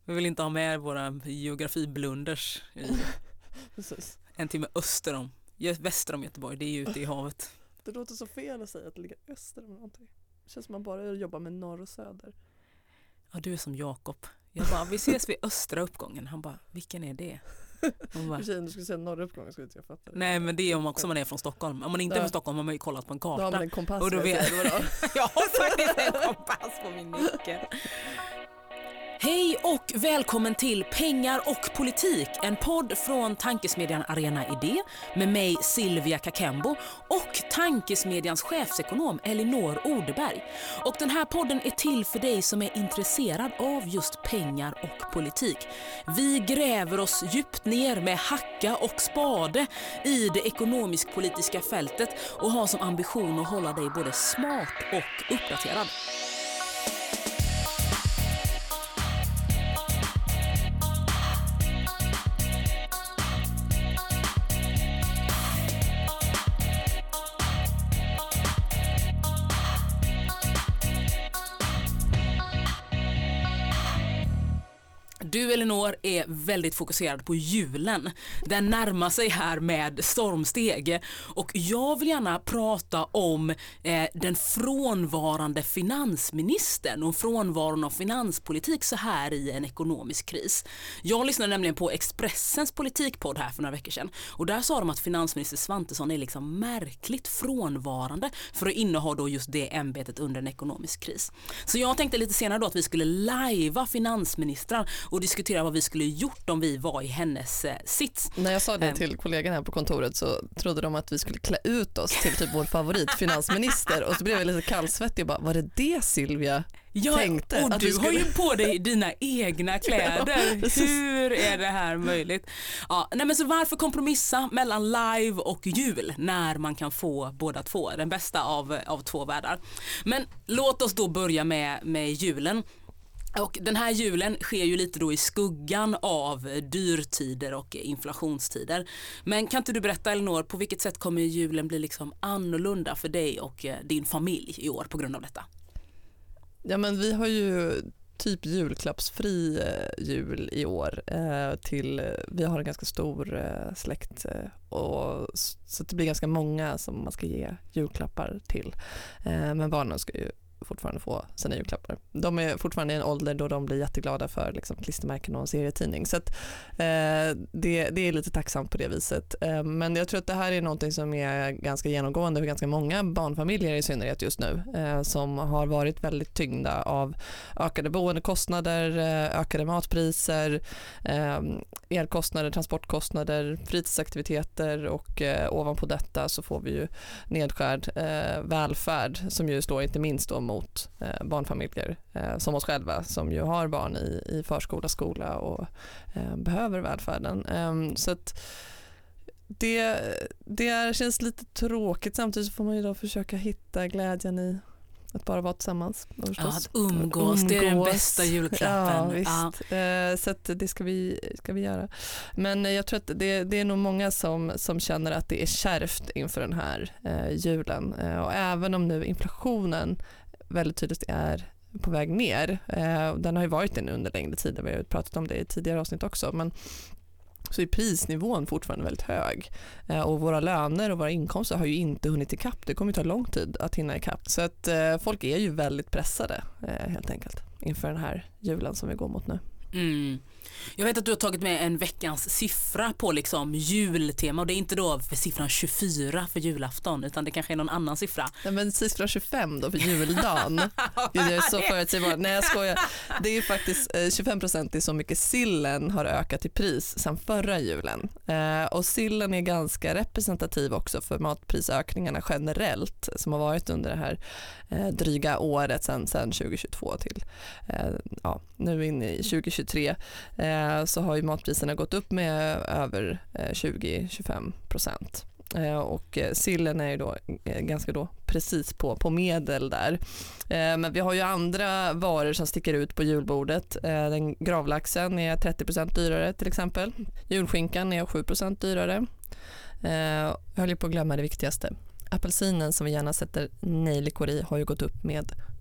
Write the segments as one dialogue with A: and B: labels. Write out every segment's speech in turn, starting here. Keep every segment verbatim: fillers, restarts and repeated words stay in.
A: Vi vill inte ha med våra geografiblunders i en timme öster om, väster om Göteborg. Det är ju ute i havet.
B: Det låter så fel att säga att det ligger öster om någonting. Det känns som man bara jobbar med norr och söder.
A: Ja, du är som Jakob. Jag bara, vi ses vid östra uppgången. Han bara, vilken är det?
B: Bara, tjejen, du skulle säga norra uppgången, skulle inte jag fatta det.
A: Nej, men det är om också man är från Stockholm. Om man inte är från Stockholm har man ju kollat på en karta.
B: Då har man en kompass.
A: Och då vet jag, jag har faktiskt en kompass på min nyckel. Hej och välkommen till Pengar och politik, en podd från Tankesmedjan Arena Idé med mig Silvia Kakembo och Tankesmedjans chefsekonom Elinor Odeberg. Och den här podden är till för dig som är intresserad av just pengar och politik. Vi gräver oss djupt ner med hacka och spade i det ekonomisk-politiska fältet och har som ambition att hålla dig både smart och uppdaterad. Du, Elinor, är väldigt fokuserad på julen. Den närmar sig här med stormsteg. Och jag vill gärna prata om eh, den frånvarande finansministern och frånvaron av finanspolitik så här i en ekonomisk kris. Jag lyssnade nämligen på Expressens politikpodd här för några veckor sedan. Och där sa de att finansminister Svantesson är liksom märkligt frånvarande för att inneha då just det ämbetet under en ekonomisk kris. Så jag tänkte lite senare då att vi skulle lajva finansministrar och diskutera vad vi skulle gjort om vi var i hennes eh, sits.
B: När jag sa det till kollegan här på kontoret så trodde de att vi skulle klä ut oss till typ vår favorit finansminister och så blev jag lite kallsvettig och bara, var det det Silvia
A: ja,
B: tänkte?
A: Och
B: att
A: du
B: skulle...
A: har ju på dig dina egna kläder. Ja, hur är det här möjligt? Ja, nej men så varför kompromissa mellan live och jul när man kan få båda två, den bästa av, av två världar. Men låt oss då börja med, med julen. Och den här julen sker ju lite då i skuggan av dyrtider och inflationstider. Men kan inte du berätta, Elinor, på vilket sätt kommer julen bli liksom annorlunda för dig och din familj i år på grund av detta?
B: Ja, men vi har ju typ julklappsfri jul i år. Till, vi har en ganska stor släkt och så det blir ganska många som man ska ge julklappar till. Men barnen ska ju fortfarande få sina julklappar. De är fortfarande i en ålder då de blir jätteglada för liksom, klistermärken och en serietidning. Så att, eh, det, det är lite tacksamt på det viset. Eh, men jag tror att det här är någonting som är ganska genomgående för ganska många barnfamiljer i synnerhet just nu. Eh, som har varit väldigt tyngda av ökade boendekostnader, eh, ökade matpriser, eh, elkostnader, transportkostnader, fritidsaktiviteter och eh, ovanpå detta så får vi ju nedskärd eh, välfärd som ju står inte minst om mot eh, barnfamiljer eh, som oss själva som ju har barn i, i förskola, skola och eh, behöver välfärden. Eh, så att det, det är, känns lite tråkigt, samtidigt får man ju då försöka hitta glädjen i att bara vara tillsammans.
A: Ja, att umgås, det är den bästa julklappen.
B: Ja, visst. Ja. Eh, så att det ska vi, ska vi göra. Men jag tror att det, det är nog många som, som känner att det är kärvt inför den här eh, julen. Eh, och även om nu inflationen väldigt tydligt är på väg ner. Eh, den har ju varit det nu under längre tid. Vi har ju pratat om det i tidigare avsnitt också. Men så är prisnivån fortfarande väldigt hög. Eh, och våra löner och våra inkomster har ju inte hunnit ikapp. Det kommer ju ta lång tid att hinna ikapp. Så att eh, folk är ju väldigt pressade eh, helt enkelt inför den här julen som vi går mot nu.
A: Mm. Jag vet att du har tagit med en veckans siffra på liksom jultema och det är inte då för siffran tjugofyra för julafton utan det kanske är någon annan siffra.
B: Nej, men siffran tjugofem då för juldagen. Gud, jag är så förutsägbar. Nej, jag skojar. Det är ju faktiskt eh, tjugofem procent är så mycket sillen har ökat i pris sedan förra julen. Eh, och sillen är ganska representativ också för matprisökningarna generellt som har varit under det här eh, dryga året sedan, sedan tjugohundratjugotvå till eh, ja, nu in i tjugohundratjugotre. Eh, så har ju matpriserna gått upp med över eh, tjugo till tjugofem procent. Eh, och eh, sillen är ju då eh, ganska då precis på, på medel där. Eh, men vi har ju andra varor som sticker ut på julbordet. Eh, den gravlaxen är trettio procent dyrare till exempel. Julskinkan är sju procent dyrare. Eh, jag höll ju på att glömma det viktigaste. Apelsinen som vi gärna sätter nejlikor i har ju gått upp med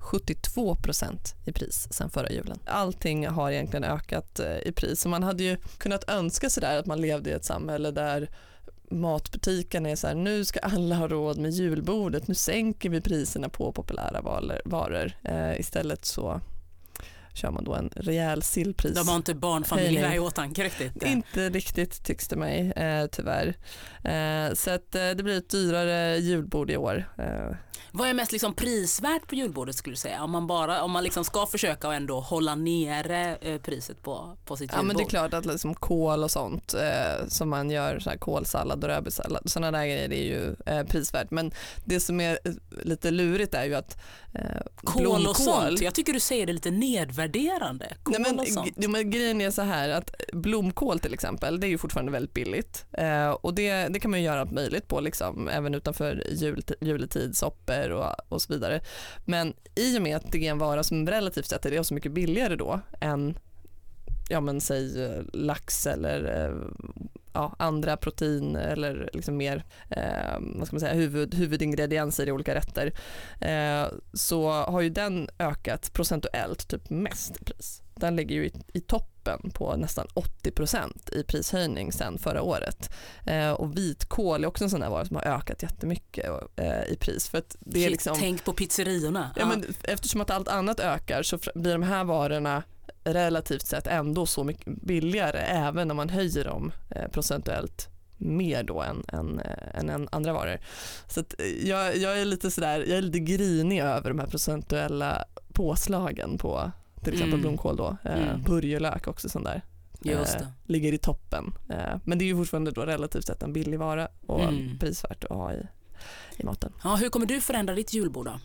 B: sjuttiotvå procent i pris sen förra julen. Allting har egentligen ökat i pris. Så man hade ju kunnat önska sig där att man levde i ett samhälle där matbutikerna är så här, nu ska alla ha råd med julbordet, nu sänker vi priserna på populära varor. Eh, istället så kör man då en rejäl sillpris.
A: De har inte barnfamiljer i åtanke riktigt.
B: Inte riktigt tycks det mig, eh, tyvärr. Eh, så att, eh, det blir ett dyrare julbord i år. Eh.
A: Vad är mest liksom prisvärt på julbordet skulle du säga? Om man, bara, om man liksom ska försöka ändå hålla nere eh, priset på, på sitt julbord.
B: Ja, men det är klart att liksom kål och sånt eh, som man gör, så här kålsallad och rödbetssallad, sådana där grejer, det är ju eh, prisvärt. Men det som är lite lurigt är ju att eh,
A: kål
B: blomkål,
A: och sånt, jag tycker du säger det lite nedvärderande. Kål
B: nej, men,
A: och sånt.
B: Ja, men grejen är så här att blomkål till exempel, det är ju fortfarande väldigt billigt. Eh, och det, det kan man ju göra möjligt på liksom, även utanför jul, juletid, soppor och, och så vidare. Men i och med att det är en vara som relativt sett är så mycket billigare då än, ja men säg lax eller ja, andra protein eller liksom mer eh, vad ska man säga, huvud, huvudingredienser i olika rätter, eh, så har ju den ökat procentuellt typ mest i pris. Den ligger ju i, i toppen på nästan åttio procent i prishöjning sedan förra året. Eh, och vitkål är också en sån där vara som har ökat jättemycket eh, i pris. För att det är liksom,
A: tänk på pizzeriorna.
B: Ja, men eftersom att allt annat ökar så blir de här varorna relativt sett ändå så mycket billigare, även om man höjer dem eh, procentuellt mer då än, än, än, än andra varor. Så att jag, jag är lite sådär, jag är lite grinig över de här procentuella påslagen på till exempel mm. blomkål då, eh, mm. purjolök också sån där.
A: Just det.
B: Eh, ligger i toppen. Eh, men det är ju fortfarande då relativt sett en billig vara och
A: mm.
B: prisvärt att ha i, i maten.
A: Ja, hur kommer du förändra ditt julbord då?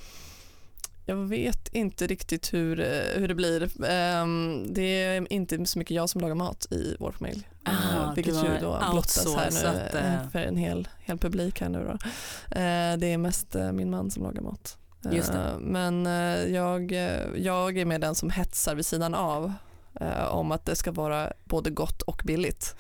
B: Jag vet inte riktigt hur, hur det blir. Um, det är inte så mycket jag som lagar mat i vår familj.
A: Ah,
B: uh, vilket ju då blottas här nu
A: att, uh...
B: för en hel, hel publik här nu då. Uh, det är mest uh, min man som lagar mat.
A: Just det.
B: Uh, men uh, jag, jag är med den som hetsar vid sidan av. Uh, om att det ska vara både gott och billigt.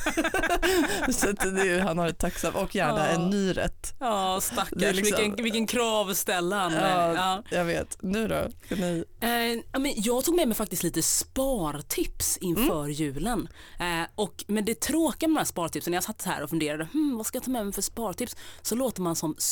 B: Så att det, han har ett tacksamt och gärna ja. en ny rätt.
A: Ja, stackars. Liksom, vilken, vilken kravställan.
B: Ja, ja, jag vet. Nu då? Ni...
A: Uh, men jag tog med mig faktiskt lite spartips inför mm. julen. Uh, och, men det tråkiga med de här spartipsen, när jag satt här och funderade, hmm, vad ska jag ta med mig för spartips? Så låter man som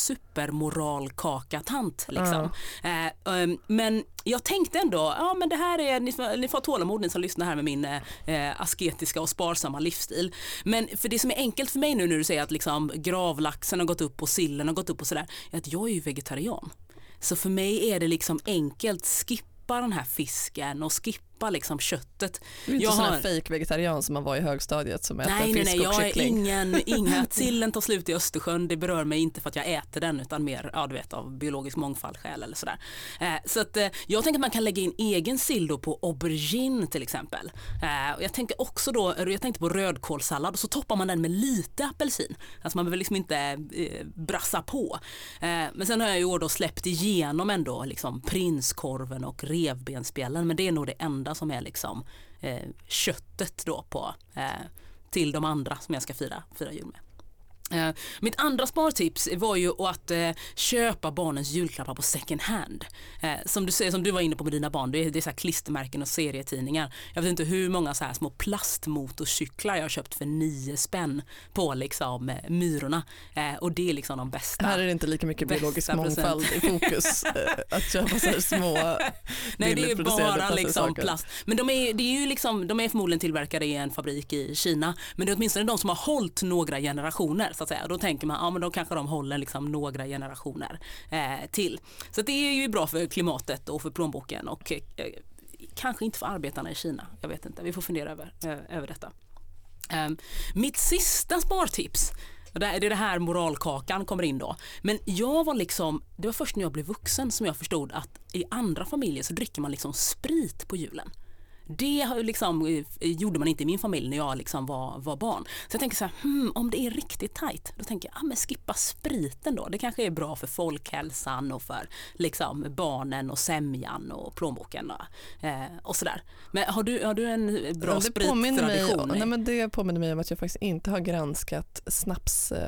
A: supermoralkakatant. Liksom. Uh. Uh, um, men jag tänkte ändå, ja men det här är, ni får, ni får tålamod ni som lyssnar här med min eh, asketiska och sparsamma livsstil. Men för det som är enkelt för mig nu när du säger att liksom gravlaxen har gått upp och sillen har gått upp och sådär, är att jag är ju vegetarian. Så för mig är det liksom enkelt, skippa den här fisken och skippa liksom köttet.
B: Du är inte
A: jag
B: sån
A: har...
B: här fake vegetarian som man var i högstadiet som äter
A: nej,
B: fisk
A: nej, nej,
B: och
A: jag
B: kyckling.
A: är ingen, inga sillen tar slut i Östersjön, det berör mig inte för att jag äter den utan mer, ja du vet, av biologisk mångfald skäl eller sådär. Eh, så att eh, jag tänker att man kan lägga in egen sill då på aubergine till exempel. Eh, och jag tänker också då, jag tänkte på rödkålsallad och så toppar man den med lite apelsin. Alltså man behöver liksom inte eh, brassa på. Eh, men sen har jag ju år då släppt igenom ändå liksom prinskorven och revbensspjällen, men det är nog det enda som är liksom eh, köttet då på eh, till de andra som jag ska fira, fira jul med. Eh, mitt andra spartips var ju att eh, köpa barnens julklappar på second hand. Eh, som du säger, som du var inne på med dina barn, det är, det är så här klistermärken och serietidningar. Jag vet inte hur många så här små plastmotorcyklar jag har köpt för nio spänn på liksom eh, Myrorna. Eh, och det är liksom de bästa.
B: Här är det inte lika mycket biologisk mångfald i fokus eh, att köpa så här små.
A: Nej, det är bara liksom plast. Men de är, det är ju liksom, de är förmodligen tillverkade i en fabrik i Kina, men det är åtminstone de som har hållit några generationer. Så att säga. Då tänker man, ja men då kanske de håller liksom några generationer eh, till. Så det är ju bra för klimatet och för plånboken och eh, kanske inte för arbetarna i Kina. Jag vet inte, vi får fundera över, eh, över detta. Eh, mitt sista spartips, det är det här moralkakan kommer in då. Men jag var liksom, det var först när jag blev vuxen som jag förstod att i andra familjer så dricker man liksom sprit på julen. Det liksom, gjorde man inte i min familj när jag liksom var, var barn. Så jag tänker så här, hmm, om det är riktigt tajt, då tänker jag, ah, men skippa spriten då. Det kanske är bra för folkhälsan och för liksom, barnen och sämjan och plånboken och, eh, och sådär. Men har du, har du en bra sprittradition?
B: Nej, men det påminner mig om att jag faktiskt inte har granskat snaps. Eh,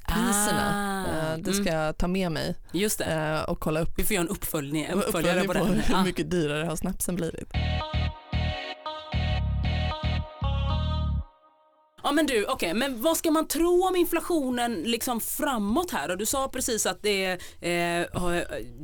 B: matpriserna.
A: Ah,
B: eh, det ska
A: mm.
B: jag ta med mig.
A: Just det.
B: Eh, och kolla upp.
A: Vi får göra en uppföljning,
B: uppföljare på,
A: på den.
B: hur
A: Ja.
B: mycket dyrare har snapsen blivit.
A: Ja men du, okej, okay, men vad ska man tro om inflationen liksom framåt här? Och du sa precis att det är, eh,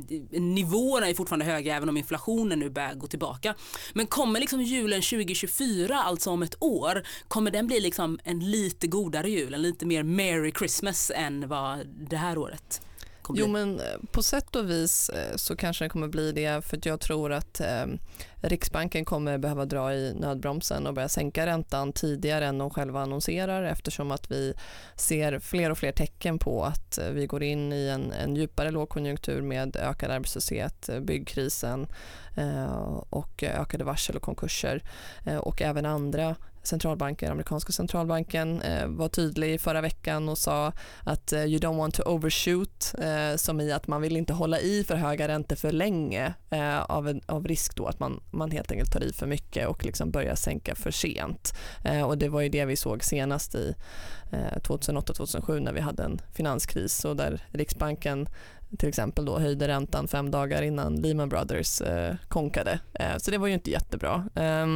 A: nivåerna är fortfarande höga även om inflationen nu börjar gå tillbaka. Men kommer liksom julen tjugo tjugofyra, alltså om ett år, kommer den bli liksom en lite godare jul, en lite mer Merry Christmas än vad det här året?
B: Jo, men på sätt och vis så kanske det kommer bli det, för att jag tror att eh, Riksbanken kommer behöva dra i nödbromsen och börja sänka räntan tidigare än de själva annonserar, eftersom att vi ser fler och fler tecken på att vi går in i en, en djupare lågkonjunktur med ökad arbetslöshet, byggkrisen eh, och ökade varsel och konkurser eh, och även andra centralbanker, amerikanska centralbanken eh, var tydlig förra veckan och sa att eh, you don't want to overshoot, eh, som i att man vill inte hålla i för höga räntor för länge eh, av, en, av risk då att man, man helt enkelt tar i för mycket och liksom börjar sänka för sent. Eh, och det var ju det vi såg senast i eh, tjugohundraåtta tjugohundrasju när vi hade en finanskris och där Riksbanken till exempel då höjde räntan fem dagar innan Lehman Brothers eh, konkade. Eh, så det var ju inte jättebra. Eh,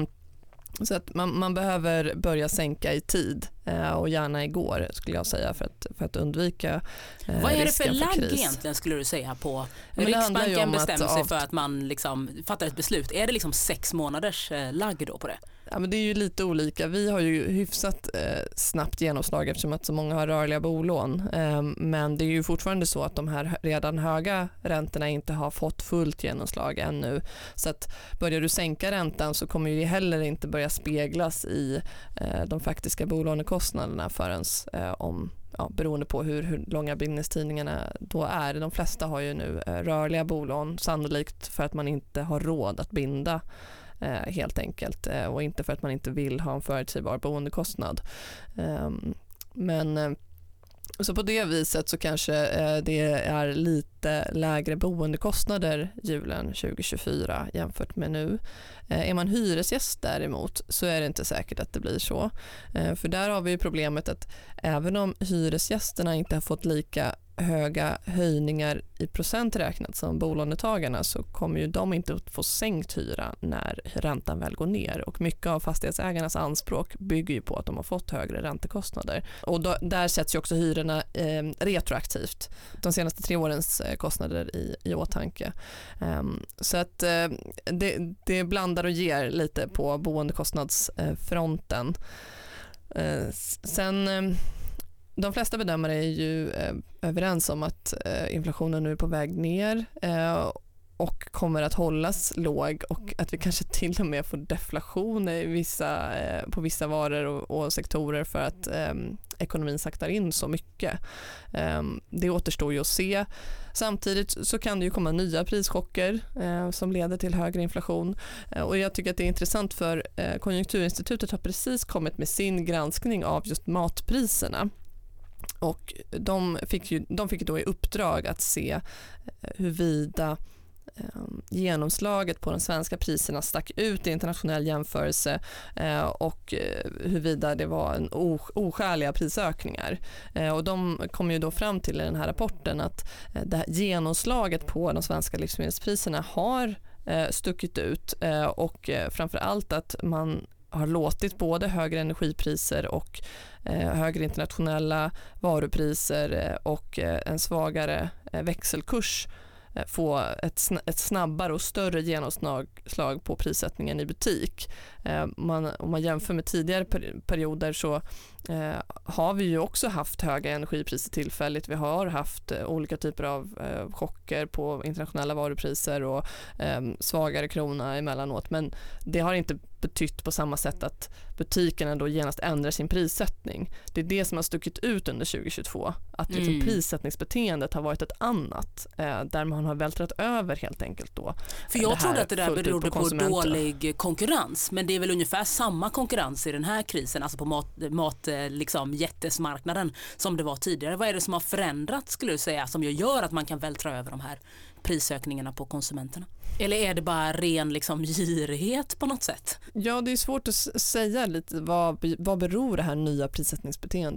B: Så att man, man behöver börja sänka i tid eh, och gärna igår skulle jag säga för att, för att undvika eh,
A: Vad är det för
B: för
A: lagg
B: kris.
A: egentligen skulle du säga på?
B: Men
A: Riksbanken bestämmer
B: att,
A: sig
B: av...
A: för att man liksom fattar ett beslut. Är det liksom sex månaders eh, lagg då på det?
B: Ja, men det är ju lite olika. Vi har ju hyfsat eh, snabbt genomslag eftersom att så många har rörliga bolån. Eh, men det är ju fortfarande så att de här redan höga räntorna inte har fått fullt genomslag ännu. Så att börjar du sänka räntan så kommer ju det heller inte börja speglas i eh, de faktiska bolånekostnaderna förrän eh, om Ja, beroende på hur, hur långa bindningstidningarna då är. De flesta har ju nu eh, rörliga bolån, sannolikt för att man inte har råd att binda eh, helt enkelt eh, och inte för att man inte vill ha en förutsägbar boendekostnad. Eh, men eh, så på det viset så kanske eh, det är lite lägre boendekostnader julen tjugo tjugofyra jämfört med nu. Eh, är man hyresgäst däremot så är det inte säkert att det blir så. Eh, för där har vi ju problemet att även om hyresgästerna inte har fått lika höga höjningar i procent räknat som bolånetagarna så kommer ju de inte att få sänkt hyra när räntan väl går ner och mycket av fastighetsägarnas anspråk bygger ju på att de har fått högre räntekostnader och då, där sätts ju också hyrorna eh, retroaktivt de senaste tre årens eh, kostnader i, i åtanke. Um, så att eh, det, det blandar och ger lite på boendekostnadsfronten. Eh, sen eh, De flesta bedömare är ju eh, överens om att eh, inflationen nu är på väg ner eh, och kommer att hållas låg och att vi kanske till och med får deflation i vissa, eh, på vissa varor och, och sektorer för att eh, ekonomin saktar in så mycket. Eh, det återstår ju att se. Samtidigt så kan det ju komma nya prischocker eh, som leder till högre inflation. Eh, och jag tycker att det är intressant för eh, Konjunkturinstitutet har precis kommit med sin granskning av just matpriserna. Och de fick ju de fick då i uppdrag att se huruvida eh, genomslaget på de svenska priserna stack ut i internationell jämförelse eh, och eh, huruvida det var en os- oskäliga prisökningar. Eh, och de kom ju då fram till i den här rapporten att eh, det här genomslaget på de svenska livsmedelspriserna har eh, stuckit ut eh, och eh, framför allt att man har låtit både högre energipriser och eh, högre internationella varupriser eh, och eh, en svagare eh, växelkurs eh, få ett, sn- ett snabbare och större genomslag på prissättningen i butik. Eh, man, om man jämför med tidigare per- perioder så eh, har vi ju också haft höga energipriser tillfälligt. Vi har haft eh, olika typer av eh, chocker på internationella varupriser och eh, svagare krona emellanåt, men det har inte betytt på samma sätt att butikerna då genast ändrar sin prissättning. Det är det som har stuckit ut under tjugo tjugotvå. Att liksom mm. prissättningsbeteendet har varit ett annat eh, där man har vältrat över helt enkelt då.
A: För jag trodde att det där berodde på, på dålig konkurrens, men det är väl ungefär samma konkurrens i den här krisen, alltså på mat, mat liksom jättesmarknaden som det var tidigare. Vad är det som har förändrats skulle du säga som gör att man kan vältra över de här prisökningarna på konsumenterna? Eller är det bara ren liksom girighet på något sätt?
B: Ja, det är svårt att säga lite vad, vad beror det här nya prissättningsbeteendet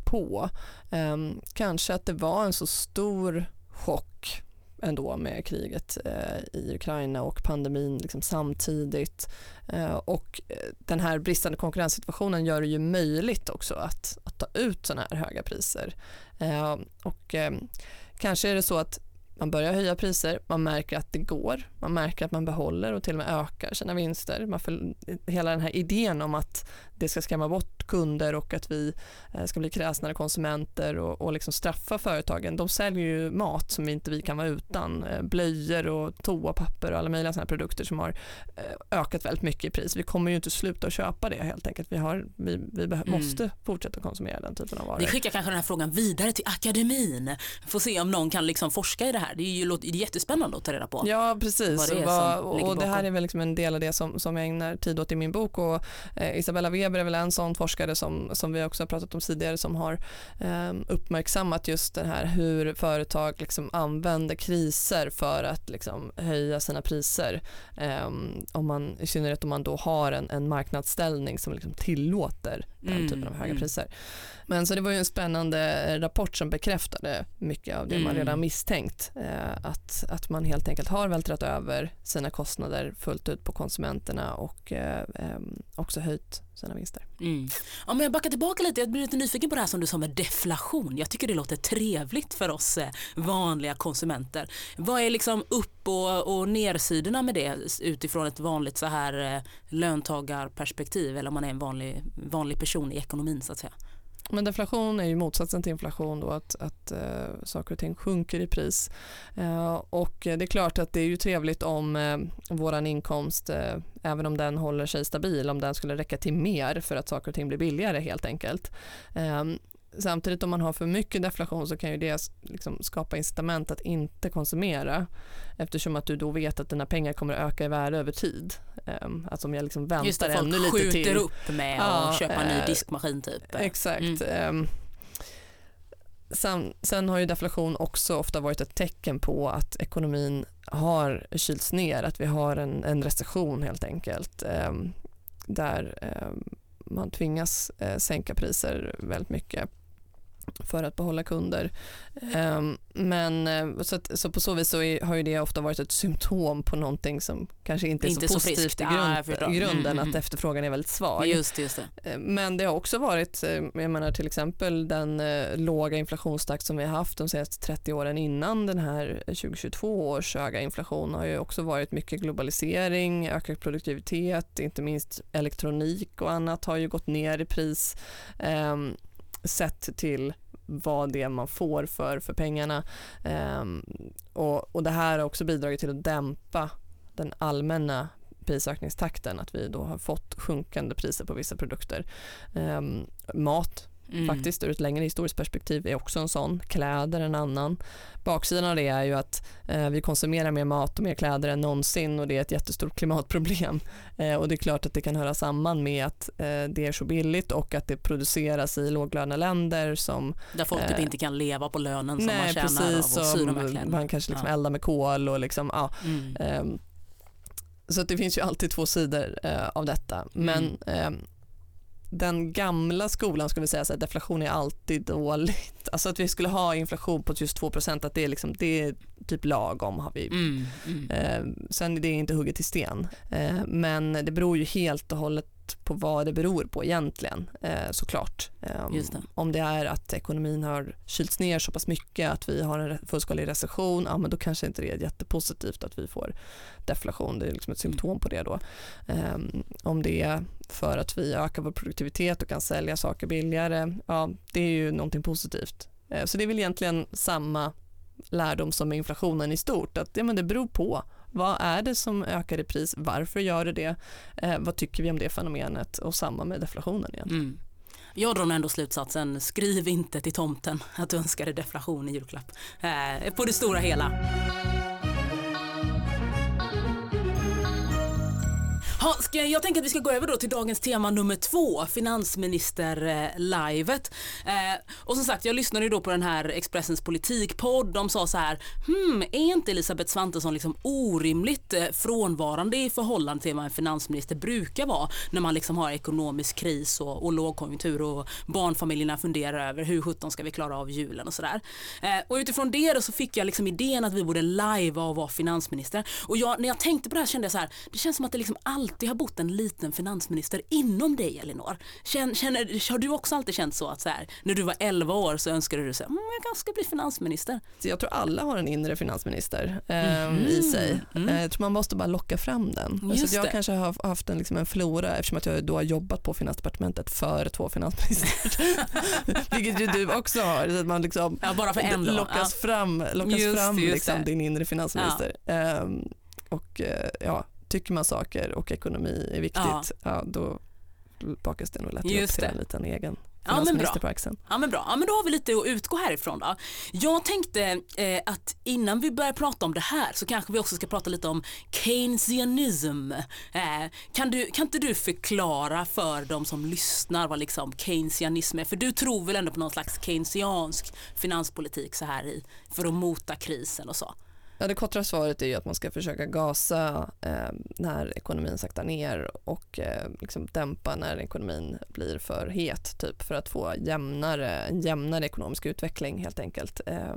B: på. Um, kanske att det var en så stor chock ändå med kriget eh, i Ukraina och pandemin liksom samtidigt. Eh, och den här bristande konkurrenssituationen gör det ju möjligt också att, att ta ut såna här höga priser. Eh, och eh, kanske är det så att man börjar höja priser, man märker att det går, man märker att man behåller och till och med ökar sina vinster. Man får, hela den här idén om att det ska skrämma bort kunder och att vi ska bli kräsnare konsumenter och, och liksom straffa företagen. De säljer ju mat som inte vi kan vara utan. Blöjor och toapapper och alla möjliga sådana produkter som har ökat väldigt mycket i pris. Vi kommer ju inte sluta att köpa det helt enkelt. Vi, har, vi, vi mm. måste fortsätta konsumera den typen av varor.
A: Vi skickar kanske den här frågan vidare till akademin. Får se om någon kan liksom forska i det här. Det är ju det är jättespännande att ta reda på.
B: Ja, precis.
A: Det
B: och, och det här är väl liksom en del av det som, som jag ägnar tid åt i min bok. Och eh, Isabella Weber är väl en sån forskare som, som vi också har pratat om tidigare som har eh, uppmärksammat just det här hur företag liksom använder kriser för att liksom höja sina priser. Eh, om man, i synnerhet om man då har en, en marknadsställning som liksom tillåter den mm, typen av höga mm. priser. Men så det var ju en spännande rapport som bekräftade mycket av det mm. man redan misstänkt. Eh, att, att man helt enkelt har vältrat över sina kostnader fullt ut på konsumenterna och eh, eh, också höjt sina vinster.
A: Mm. Ja, men jag backar tillbaka lite. Jag blir lite nyfiken på det här som du sa med deflation. Jag tycker det låter trevligt för oss eh, vanliga konsumenter. Vad är liksom upp- och, och nersidorna med det utifrån ett vanligt så här eh, löntagarperspektiv eller om man är en vanlig, vanlig person i ekonomin så att säga?
B: Men deflation är ju motsatsen till inflation då, att, att uh, saker och ting sjunker i pris. Uh, och det är klart att det är ju trevligt om uh, våran inkomst, uh, även om den håller sig stabil, om den skulle räcka till mer för att saker och ting blir billigare helt enkelt. Uh, Samtidigt om man har för mycket deflation så kan ju det liksom skapa incitament att inte konsumera eftersom att du då vet att dina pengar kommer att öka i värde över tid. Um, alltså om jag liksom väntar
A: Just det,
B: ännu lite
A: skjuter
B: till.
A: skjuter upp med
B: ja,
A: att köpa en ny
B: eh,
A: diskmaskin typ.
B: Exakt.
A: Mm.
B: Um, sen, sen har ju deflation också ofta varit ett tecken på att ekonomin har kylts ner, att vi har en, en recession helt enkelt. Um, där um, man tvingas uh, sänka priser väldigt mycket för att behålla kunder. Um, men så, att, så på så vis så är, har ju det ofta varit ett symptom på någonting som kanske inte är inte så, så positivt friskt. i, grund,
A: ah,
B: i grunden,
A: mm,
B: att efterfrågan är väldigt svag.
A: Just, just det.
B: Men det har också varit, jag menar till exempel den eh, låga inflationstakt som vi har haft de senaste trettio åren innan den här tjugohundratjugotvå års höga inflation har ju också varit mycket globalisering, ökad produktivitet, inte minst elektronik och annat har ju gått ner i pris. Um, sett till vad det är man får för, för pengarna. Um, och, och det här har också bidragit till att dämpa den allmänna prisökningstakten, att vi då har fått sjunkande priser på vissa produkter. Um, mat Mm. faktiskt ur ett längre historiskt perspektiv är också en sån, kläder en annan. Baksidan av det är ju att eh, vi konsumerar mer mat och mer kläder än någonsin och det är ett jättestort klimatproblem. Eh, och det är klart att det kan höra samman med att eh, det är så billigt och att det produceras i låglöneländer som...
A: Där folk typ eh, inte kan leva på lönen som
B: nej,
A: man tjänar
B: precis,
A: av att sy de här kläderna.
B: Man kanske liksom
A: ja.
B: eldar med kol och liksom, ja.
A: Mm.
B: Eh, så att det finns ju alltid två sidor eh, av detta. Men... Mm. Eh, den gamla skolan skulle vi säga att deflation är alltid dåligt. Alltså att vi skulle ha inflation på just två procent, att det är, liksom, det är typ lagom har vi.
A: Mm, mm.
B: Eh, sen är det inte hugget i sten. Eh, men det beror ju helt och hållet på vad det beror på egentligen, eh, såklart. Eh,
A: Just det.
B: Om det är att ekonomin har kylts ner så pass mycket att vi har en fullskalig recession, ja, men då kanske inte det är jättepositivt att vi får deflation. Det är liksom ett symptom på det då. Eh, om det är för att vi ökar vår produktivitet och kan sälja saker billigare, ja, det är ju någonting positivt. Eh, så det är väl egentligen samma lärdom som med inflationen i stort, att ja, men det beror på. Vad är det som ökar i pris? Varför gör det det? Eh, vad tycker vi om det fenomenet? Och samma med deflationen igen.
A: Mm. Jag drar ändå slutsatsen, skriv inte till tomten att du önskar dig deflation i julklapp. Eh, på det stora hela. Ha, ska jag, jag tänker att vi ska gå över då till dagens tema nummer två, finansminister-livet. Eh, och som sagt, jag lyssnade ju då på den här Expressens politikpodd. De sa så här, hmm, är inte Elisabeth Svantesson liksom orimligt eh, frånvarande i förhållande till vad en finansminister brukar vara när man liksom har ekonomisk kris och, och lågkonjunktur och barnfamiljerna funderar över hur sjutton ska vi klara av julen och sådär. Eh, och utifrån det då så fick jag liksom idén att vi borde live och vara finansminister. Och jag, när jag tänkte på det här kände jag så här, det känns som att det liksom alltid har bott en liten finansminister inom dig, Elinor. Känner, känner, har du också alltid känt så att så här, när du var elva år så önskade du säga, mm, jag kanske ska bli finansminister?
B: Jag tror alla har en inre finansminister eh,
A: mm.
B: i sig.
A: Mm.
B: Eh, jag tror man måste bara locka fram den. Så jag det. kanske har haft en, liksom en flora eftersom att jag då har jobbat på Finansdepartementet för två finansministrar. Vilket ju du också har. Så att man liksom
A: ja, bara för en
B: lockas
A: ja.
B: fram, lockas
A: just,
B: fram
A: just
B: liksom, din inre finansminister.
A: Ja.
B: Eh, och eh, ja, tycker man saker och ekonomi är viktigt, ja. Ja, då bakas det nog lätt upp till en liten egen finansminister
A: ja,
B: på axeln.
A: Ja, men bra. Ja, men då har vi lite att utgå härifrån då. Jag tänkte eh, att innan vi börjar prata om det här så kanske vi också ska prata lite om keynesianism. Eh, kan, du, kan inte du förklara för de som lyssnar vad liksom keynesianism är? För du tror väl ändå på någon slags keynesiansk finanspolitik så här i, för att mota krisen och så?
B: Ja, det korta svaret är ju att man ska försöka gasa eh, när ekonomin saktar ner och eh, liksom dämpa när ekonomin blir för het typ, för att få jämnare, en jämnare ekonomisk utveckling helt enkelt. Eh,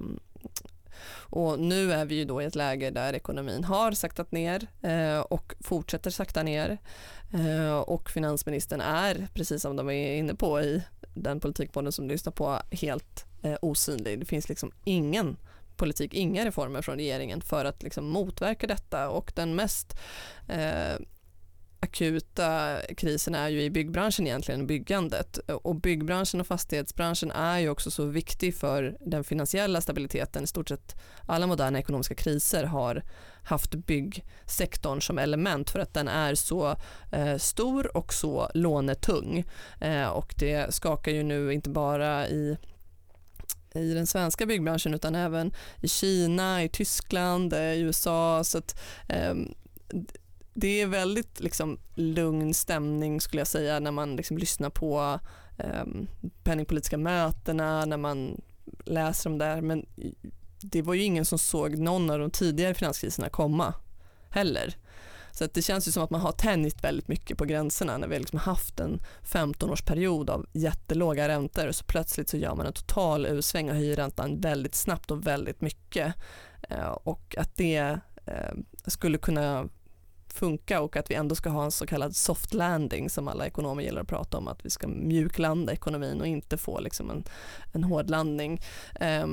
B: och nu är vi ju då i ett läge där ekonomin har saktat ner eh, och fortsätter sakta ner eh, och finansministern är, precis som de är inne på i den politikpodden som du lyssnar på, helt eh, osynlig. Det finns liksom ingen politik, inga reformer från regeringen för att liksom motverka detta, och den mest eh, akuta krisen är ju i byggbranschen egentligen, byggandet, och byggbranschen och fastighetsbranschen är ju också så viktig för den finansiella stabiliteten. I stort sett alla moderna ekonomiska kriser har haft byggsektorn som element för att den är så eh, stor och så lånetung, eh, och det skakar ju nu inte bara i i den svenska byggbranschen utan även i Kina, i Tyskland, i U S A, så att eh, det är väldigt liksom lugn stämning skulle jag säga när man liksom lyssnar på eh, penningpolitiska mötena, när man läser om det där, men det var ju ingen som såg någon av de tidigare finanskriserna komma heller. Så att det känns ju som att man har tänjt väldigt mycket på gränserna när vi liksom haft en femton-årsperiod av jättelåga räntor, och så plötsligt så gör man en total ursväng och höjer räntan väldigt snabbt och väldigt mycket. Eh, och att det eh, skulle kunna funka, och att vi ändå ska ha en så kallad soft landing som alla ekonomer gillar att prata om, att vi ska mjuklanda ekonomin och inte få liksom en, en hård landning. Eh,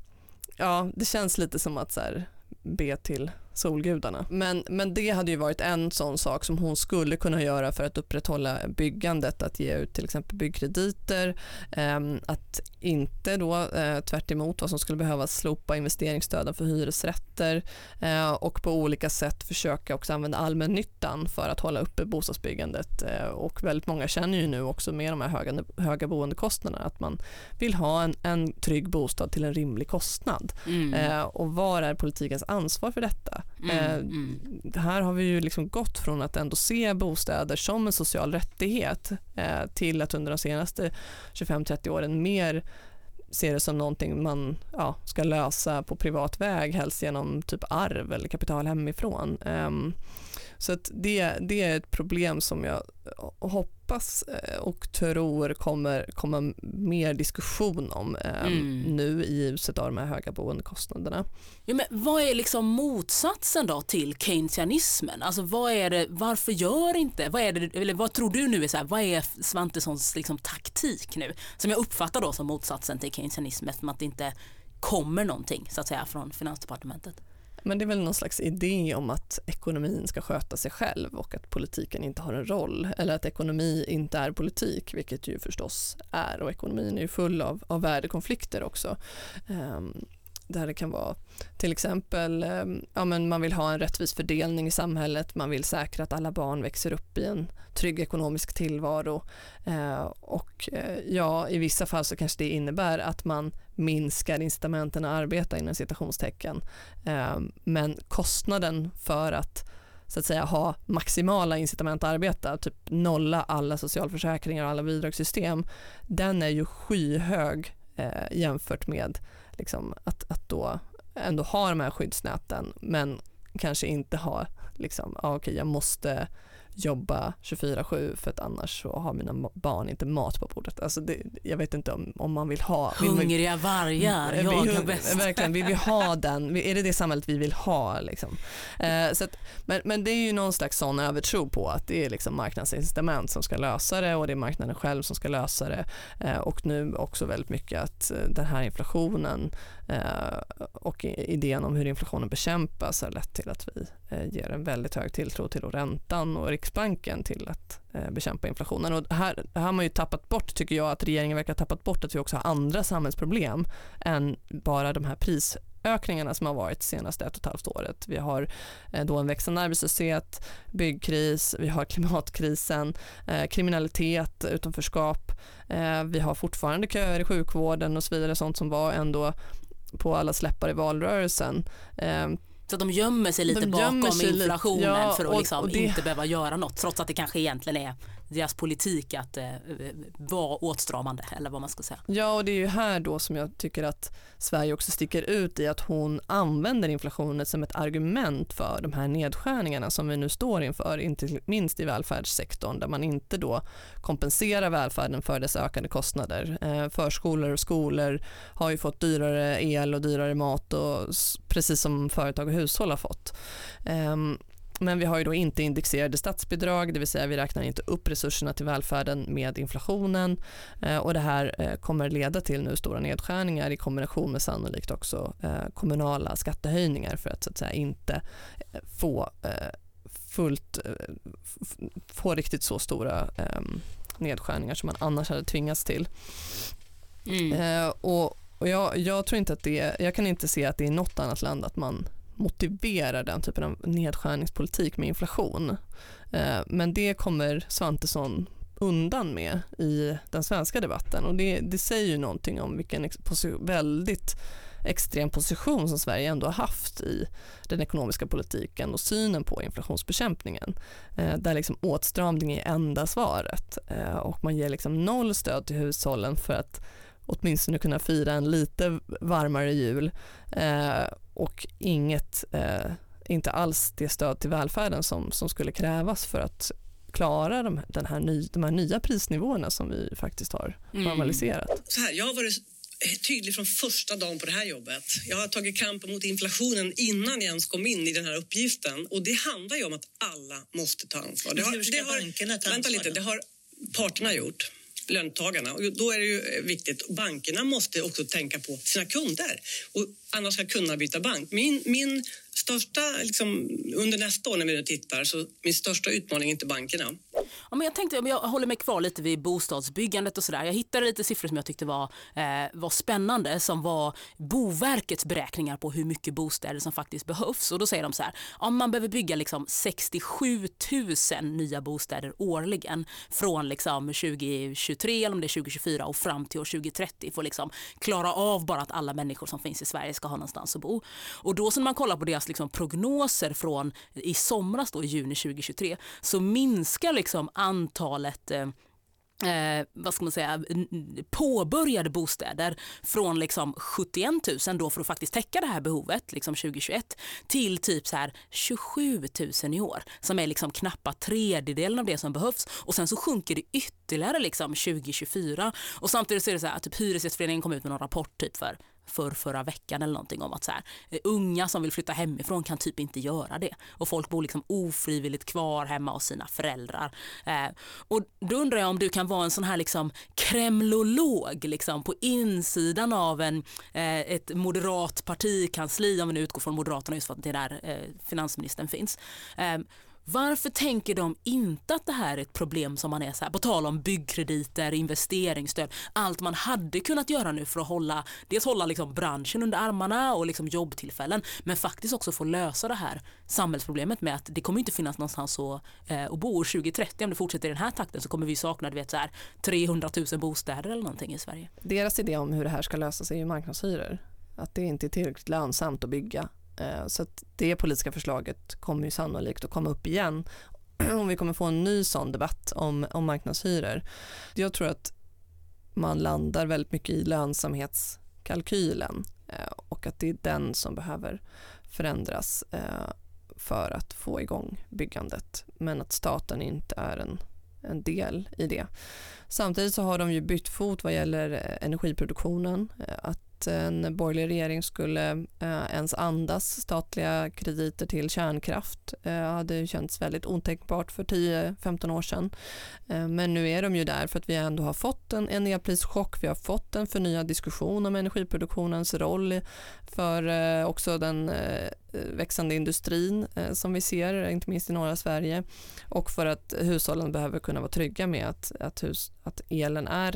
B: ja, det känns lite som att så här, be till solgudarna. Men, men det hade ju varit en sån sak som hon skulle kunna göra för att upprätthålla byggandet, att ge ut till exempel byggkrediter, eh, att inte då eh, tvärt emot vad som skulle behövas slopa investeringsstöden för hyresrätter, eh, och på olika sätt försöka också använda allmännyttan för att hålla uppe bostadsbyggandet, eh, och väldigt många känner ju nu också med de här höga, höga boendekostnaderna att man vill ha en, en trygg bostad till en rimlig kostnad. Mm. Eh, och var är politikens ansvar för detta? Mm, eh, mm. Här har vi ju liksom gått från att ändå se bostäder som en social rättighet eh, till att under de senaste tjugofem till trettio åren mer ser det som någonting man ja, ska lösa på privat väg, helst genom typ arv eller kapital hemifrån. Um, så att det, det är ett problem som jag hoppas och tror kommer komma mer diskussion om um, mm. nu i ljuset av de här höga boendekostnaderna.
A: Ja, men vad är liksom motsatsen då till keynesianismen? Alltså vad är det, varför gör inte, vad är det, eller vad tror du nu är så här, vad är Svantessons liksom taktik nu som jag uppfattar då som motsatsen till keynesianism, eftersom att det inte kommer någonting så att säga från Finansdepartementet?
B: Men det är väl någon slags idé om att ekonomin ska sköta sig själv och att politiken inte har en roll, eller att ekonomi inte är politik, vilket ju förstås är, och ekonomin är ju full av, av värdekonflikter också. Um, där det kan vara till exempel ja, men man vill ha en rättvis fördelning i samhället, man vill säkra att alla barn växer upp i en trygg ekonomisk tillvaro, eh, och eh, ja, i vissa fall så kanske det innebär att man minskar incitamenten att arbeta inom citationstecken, eh, men kostnaden för att så att säga ha maximala incitament att arbeta, typ nolla alla socialförsäkringar och alla bidragssystem, den är ju skyhög eh, jämfört med liksom, att, att då ändå ha de här skyddsnäten men kanske inte ha liksom, ah, okej, jag måste jobba tjugofyra sju för att annars så har mina barn inte mat på bordet. Alltså det, jag vet inte om, om man vill ha... Vill
A: Hungriga
B: man,
A: vargar,
B: vill,
A: jagar bäst.
B: Verkligen, vill vi ha den? Är det det samhället vi vill ha? Liksom? Eh, så att, men, men det är ju någon slags sån övertro på att det är liksom marknadsincitament som ska lösa det och det är marknaden själv som ska lösa det. Eh, och nu också väldigt mycket att den här inflationen eh, och idén om hur inflationen bekämpas har lett till att vi eh, ger en väldigt hög tilltro till räntan och Riksbanken till att eh, bekämpa inflationen. Och här, här har man ju tappat bort, tycker jag, att regeringen verkar ha tappat bort att vi också har andra samhällsproblem än bara de här prisökningarna som har varit senaste ett och ett halvt året. Vi har eh, då en växande arbetslöshet, byggkris, vi har klimatkrisen, eh, kriminalitet, utanförskap, eh, vi har fortfarande köer i sjukvården och så vidare, sånt som var ändå på alla släppar i valrörelsen. Eh,
A: Så att de gömmer sig lite
B: de
A: bakom
B: sig
A: inflationen
B: lite, ja,
A: för att
B: och,
A: liksom
B: och det...
A: inte behöva göra något, trots att det kanske egentligen är deras politik att eh, vara åtstramande, eller vad man ska säga.
B: Ja, och det är ju här då som jag tycker att Sverige också sticker ut i att hon använder inflationen som ett argument för de här nedskärningarna som vi nu står inför, inte minst i välfärdssektorn, där man inte då kompenserar välfärden för dess ökade kostnader. Eh, förskolor och skolor har ju fått dyrare el och dyrare mat, och precis som företag och hushåll har fått. Eh, Men vi har ju då inte indexerade statsbidrag, det vill säga vi räknar inte upp resurserna till välfärden med inflationen, eh, och det här eh, kommer leda till nu stora nedskärningar i kombination med sannolikt också eh, kommunala skattehöjningar för att så att säga inte eh, få eh, fullt eh, f- få riktigt så stora eh, nedskärningar som man annars hade tvingats till. Mm. Eh, och och jag, jag tror inte att det, jag kan inte se att det är något annat land att man motiverar den typen av nedskärningspolitik med inflation. Men det kommer Svantesson undan med i den svenska debatten, och det, det säger ju någonting om vilken posi- väldigt extrem position som Sverige ändå har haft i den ekonomiska politiken och synen på inflationsbekämpningen, där liksom åtstramning är enda svaret, och man ger liksom noll stöd till hushållen för att åtminstone kunna fira en lite varmare jul, eh, och inget, eh, inte alls det stöd till välfärden som, som skulle krävas för att klara de, den här ny, de här nya prisnivåerna som vi faktiskt har normaliserat. Mm.
C: Så här, jag har varit tydlig från första dagen på det här jobbet. Jag har tagit kampen mot inflationen innan jag ens kom in i den här uppgiften, och det handlar ju om att alla måste ta ansvar. Det har,
D: hur ska
C: det har,
D: bankerna ta
C: vänta
D: ansvar?
C: Lite, det har parterna gjort. Löntagarna, och då är det ju viktigt. Bankerna måste också tänka på sina kunder, och annars ska kunna byta bank. Min, min största, liksom, under nästa år när vi nu tittar, så min största utmaning är inte bankerna.
A: Ja, men jag tänkte, jag håller mig kvar lite vid bostadsbyggandet och sådär. Jag hittade lite siffror som jag tyckte var, eh, var spännande, som var Boverkets beräkningar på hur mycket bostäder som faktiskt behövs. Och då säger de så här, om man behöver bygga liksom sextiosju tusen nya bostäder årligen från liksom tjugo tjugotre eller om det är tjugo tjugofyra och fram till år tjugo trettio för att liksom klara av bara att alla människor som finns i Sverige ska ha någonstans att bo. Och då, så när man kollar på deras liksom prognoser från i somras då, i juni tjugo tjugotre, så minskar liksom antalet eh, Eh, vad ska man säga, påbörjade bostäder från liksom sjuttioett tusen då för att faktiskt täcka det här behovet liksom tjugo tjugoett till typ så här tjugosju tusen i år, som är liksom knappt tredjedelen av det som behövs, och sen så sjunker det ytterligare liksom tjugo tjugofyra, och samtidigt så är det så här att typ Hyresgästföreningen kom ut med någon rapport typ för för förra veckan eller någonting om att så här, unga som vill flytta hemifrån kan typ inte göra det, och folk bor liksom ofrivilligt kvar hemma hos sina föräldrar. Eh, och då undrar jag om du kan vara en sån här liksom kremlolog liksom på insidan av en, eh, ett moderat partikansli, om vi nu utgår från Moderaterna just för att det är där eh, finansministern finns. Eh, Varför tänker de inte att det här är ett problem som man är så här, på tal om byggkrediter, investeringsstöd, allt man hade kunnat göra nu för att hålla, dels hålla liksom branschen under armarna och liksom jobbtillfällen, men faktiskt också få lösa det här samhällsproblemet med att det kommer inte finnas någonstans att, eh, att bo. tjugo trettio, om det fortsätter i den här takten, så kommer vi sakna, du vet, så här, trehundratusen bostäder eller någonting i Sverige.
B: Deras idé om hur det här ska lösas är ju marknadshyror. Att det inte är tillräckligt lönsamt att bygga Så att det politiska förslaget kommer ju sannolikt att komma upp igen om vi kommer få en ny sån debatt om, om marknadshyror. Jag tror att man landar väldigt mycket i lönsamhetskalkylen och att det är den som behöver förändras för att få igång byggandet, men att staten inte är en, en del i det. Samtidigt så har de ju bytt fot vad gäller energiproduktionen. Att en borgerlig regering skulle eh, ens andas statliga krediter till kärnkraft eh, hade ju känts väldigt otänkbart för tio femton år sedan. Eh, men nu är de ju där för att vi ändå har fått en, en elprischock. Vi har fått en förnyad diskussion om energiproduktionens roll för eh, också den eh, växande industrin eh, som vi ser, inte minst i norra Sverige. Och för att hushållen behöver kunna vara trygga med att, att, hus, att elen är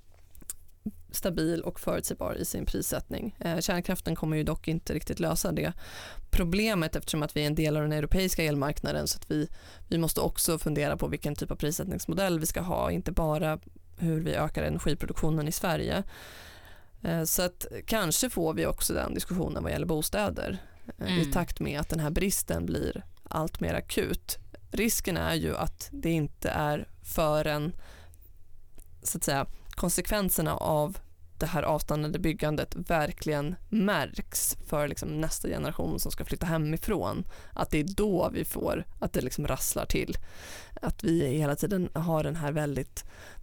B: stabil och förutsägbar i sin prissättning. Eh, kärnkraften kommer ju dock inte riktigt lösa det problemet eftersom att vi är en del av den europeiska elmarknaden, så att vi, vi måste också fundera på vilken typ av prissättningsmodell vi ska ha, inte bara hur vi ökar energiproduktionen i Sverige. Eh, så att kanske får vi också den diskussionen vad gäller bostäder eh, mm. i takt med att den här bristen blir allt mer akut. Risken är ju att det inte är förrän så att säga konsekvenserna av det här avstannade byggandet verkligen märks för liksom nästa generation som ska flytta hemifrån. Att det är då vi får att det liksom rasslar till. Att vi hela tiden har den här väldigt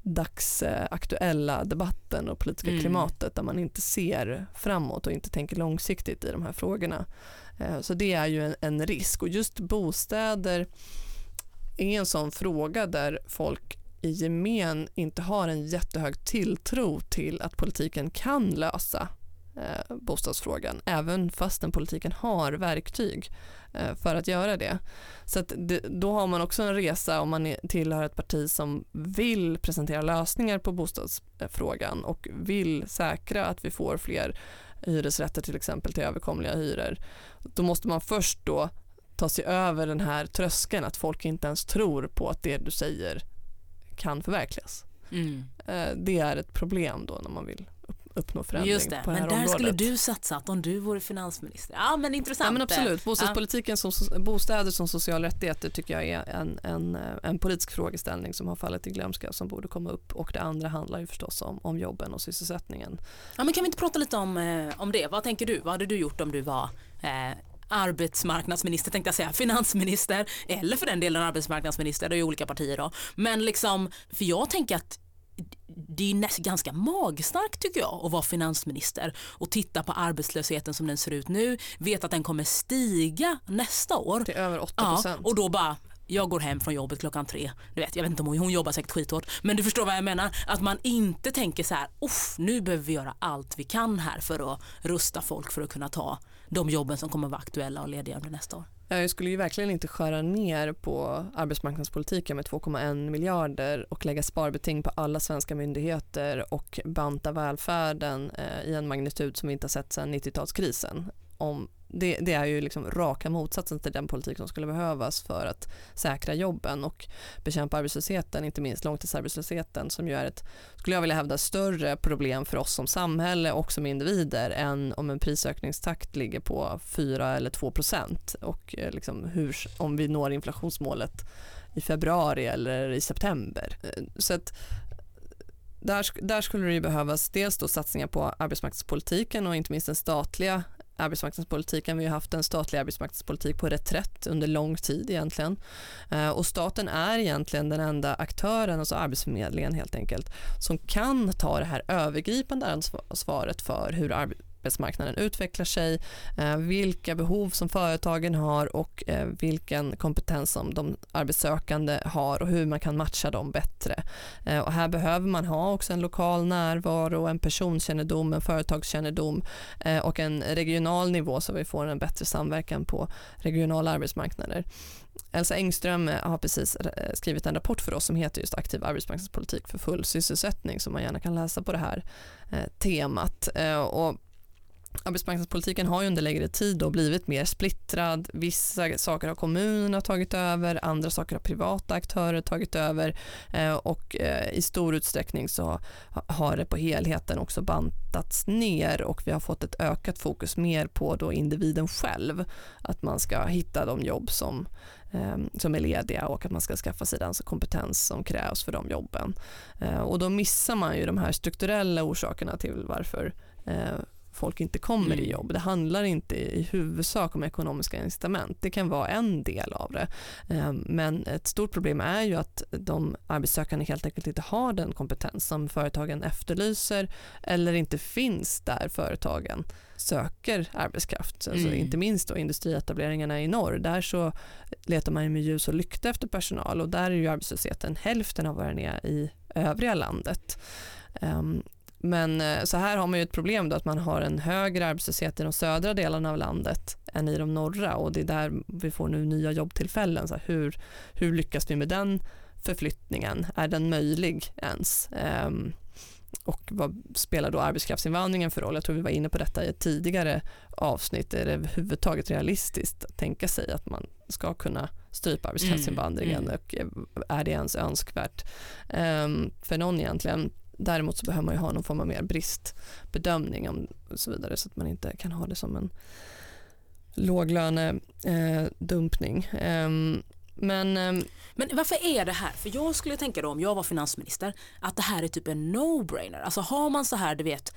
B: dagsaktuella debatten och politiska mm. klimatet där man inte ser framåt och inte tänker långsiktigt i de här frågorna. Så det är ju en, en risk. Och just bostäder är en sån fråga där folk i gemen inte har en jättehög tilltro till att politiken kan lösa eh, bostadsfrågan, även fast den politiken har verktyg eh, för att göra det. Så att det, då har man också en resa om man tillhör ett parti som vill presentera lösningar på bostadsfrågan och vill säkra att vi får fler hyresrätter till exempel till överkomliga hyror. Då måste man först då ta sig över den här tröskeln att folk inte ens tror på att det du säger kan förverkligas. Mm. Det är ett problem då när man vill uppnå förändring.
A: Just det,
B: på det här
A: men där
B: området.
A: Skulle du satsat om du vore finansminister. Ja, men intressant.
B: Ja, men absolut. Bostadspolitiken som bostäder som social rättigheter tycker jag är en, en, en politisk frågeställning som har fallit i glömska som borde komma upp. Och det andra handlar ju förstås om, om jobben och sysselsättningen.
A: Ja, men kan vi inte prata lite om, eh, om det? Vad tänker du? Vad hade du gjort om du var eh, arbetsmarknadsminister, tänkte jag säga, finansminister eller för den delen arbetsmarknadsminister, det är ju olika partier då. Men liksom, för jag tänker att det är nästan ganska magstarkt tycker jag att vara finansminister och titta på arbetslösheten som den ser ut nu, vet att den kommer stiga nästa år.
B: Till över åtta procent.
A: Ja, och då bara jag går hem från jobbet klockan tre. Du vet, jag vet inte om hon, hon jobbar säkert skithårt. Men du förstår vad jag menar. Att man inte tänker så här, uff, nu behöver vi göra allt vi kan här för att rusta folk för att kunna ta de jobben som kommer vara aktuella och lediga under nästa år.
B: Jag skulle ju verkligen inte skära ner på arbetsmarknadspolitiken med två komma en miljarder och lägga sparbeting på alla svenska myndigheter och banta välfärden eh, i en magnitud som vi inte har sett sedan nittiotalskrisen. Om Det, det är ju liksom raka motsatsen till den politik som skulle behövas för att säkra jobben och bekämpa arbetslösheten, inte minst långtidsarbetslösheten som ju är ett, skulle jag vilja hävda, större problem för oss som samhälle och som individer än om en prisökningstakt ligger på fyra eller två procent och liksom hur, om vi når inflationsmålet i februari eller i september. Så att där, där skulle det ju behövas dels då satsningar på arbetsmarknadspolitiken och inte minst den statliga arbetsmarknadspolitiken. Vi har haft en statlig arbetsmarknadspolitik på reträtt under lång tid egentligen. Och staten är egentligen den enda aktören, alltså Arbetsförmedlingen helt enkelt, som kan ta det här övergripande ansvaret för hur arbetsmarknaden utvecklar sig, vilka behov som företagen har och vilken kompetens som de arbetssökande har och hur man kan matcha dem bättre. Och här behöver man ha också en lokal närvaro, en personkännedom, en företagskännedom och en regional nivå så vi får en bättre samverkan på regionala arbetsmarknader. Elsa Engström har precis skrivit en rapport för oss som heter just aktiv arbetsmarknadspolitik för full sysselsättning som man gärna kan läsa på det här temat. Och arbetsmarknadspolitiken har ju under längre tid då blivit mer splittrad. Vissa saker har kommunerna tagit över, andra saker har privata aktörer tagit över eh, och eh, i stor utsträckning så har det på helheten också bantats ner och vi har fått ett ökat fokus mer på då individen själv. Att man ska hitta de jobb som, eh, som är lediga och att man ska skaffa sig den kompetens som krävs för de jobben. Eh, och då missar man ju de här strukturella orsakerna till varför eh, folk inte kommer i jobb. Det handlar inte i huvudsak om ekonomiska incitament. Det kan vara en del av det. Men ett stort problem är ju att de arbetssökande helt enkelt inte har den kompetens som företagen efterlyser eller inte finns där företagen söker arbetskraft. Alltså mm. inte minst då industrietableringarna i norr. Där så letar man med ljus och lykta efter personal och där är ju arbetslösheten hälften av vad den är i övriga landet. Um, Men så här har man ju ett problem då att man har en högre arbetslöshet i de södra delarna av landet än i de norra och det är där vi får nu nya jobbtillfällen. Så hur, hur lyckas vi med den förflyttningen? Är den möjlig ens? Um, och vad spelar då arbetskraftsinvandringen för roll? Jag tror vi var inne på detta i ett tidigare avsnitt. Är det överhuvudtaget realistiskt att tänka sig att man ska kunna strypa arbetskraftsinvandringen mm, mm. och är det ens önskvärt um, för någon egentligen? Däremot så behöver man ju ha någon form av mer bristbedömning om, och så vidare så att man inte kan ha det som en låglönedumpning. Eh, um, men, um,
A: men varför är det här? För jag skulle tänka då om jag var finansminister att det här är typ en no-brainer. Alltså har man så här, du vet,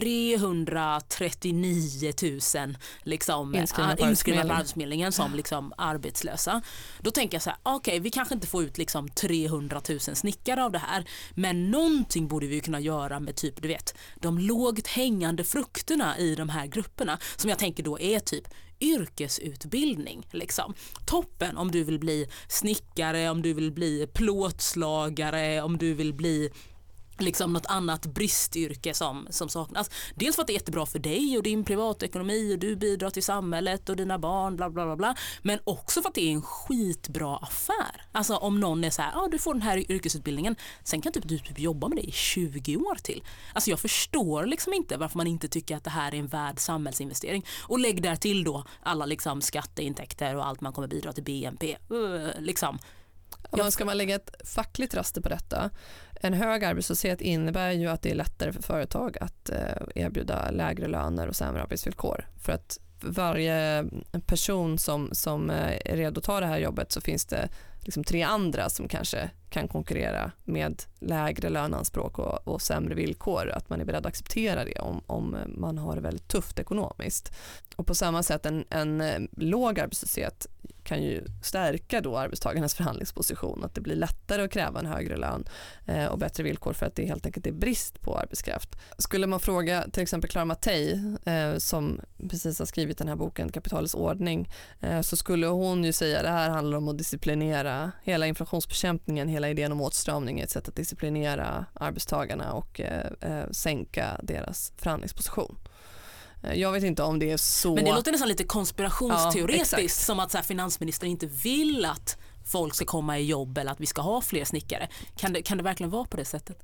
A: trehundratrettionio tusen liksom, inskrivna på Arbetsförmedlingen, Arbetsförmedlingen som liksom, arbetslösa. Då tänker jag så här, okej, okay, vi kanske inte får ut liksom, trehundratusen snickare av det här, men någonting borde vi kunna göra med typ, du vet, de lågt hängande frukterna i de här grupperna som jag tänker då är typ yrkesutbildning liksom. Toppen om du vill bli snickare, om du vill bli plåtslagare, om du vill bli liksom något annat bristyrke som, som saknas. Dels för att det är jättebra för dig och din privatekonomi och du bidrar till samhället och dina barn bla bla bla bla. Men också för att det är en skitbra affär. Alltså om någon är så här, ja ah, du får den här yrkesutbildningen, sen kan typ, du typ jobba med det i tjugo år till. Alltså jag förstår liksom inte varför man inte tycker att det här är en värd samhällsinvestering. Och lägg där till då alla liksom skatteintäkter och allt man kommer bidra till B N P. Uh, liksom.
B: Ja, ska man lägga ett fackligt raster på detta? En hög arbetslöshet innebär ju att det är lättare för företag att erbjuda lägre löner och sämre arbetsvillkor. För att varje person som, som är redo att ta det här jobbet så finns det liksom tre andra som kanske kan konkurrera med lägre löneanspråk och, och sämre villkor. Att man är beredd att acceptera det om, om man har det väldigt tufft ekonomiskt. Och på samma sätt en, en låg arbetslöshet kan ju stärka då arbetstagarnas förhandlingsposition. Att det blir lättare att kräva en högre lön eh, och bättre villkor för att det helt enkelt är brist på arbetskraft. Skulle man fråga till exempel Clara Mattei eh, som precis har skrivit den här boken Kapitalets ordning eh, så skulle hon ju säga att det här handlar om att disciplinera hela inflationsbekämpningen, hela idén om åtstramning är ett sätt att disciplinera arbetstagarna och eh, eh, sänka deras förhandlingsposition. Jag vet inte om det är så...
A: Men det låter nästan lite konspirationsteoretiskt ja, som att så här, finansministern inte vill att folk ska komma i jobb eller att vi ska ha fler snickare. Kan det, kan det verkligen vara på det sättet?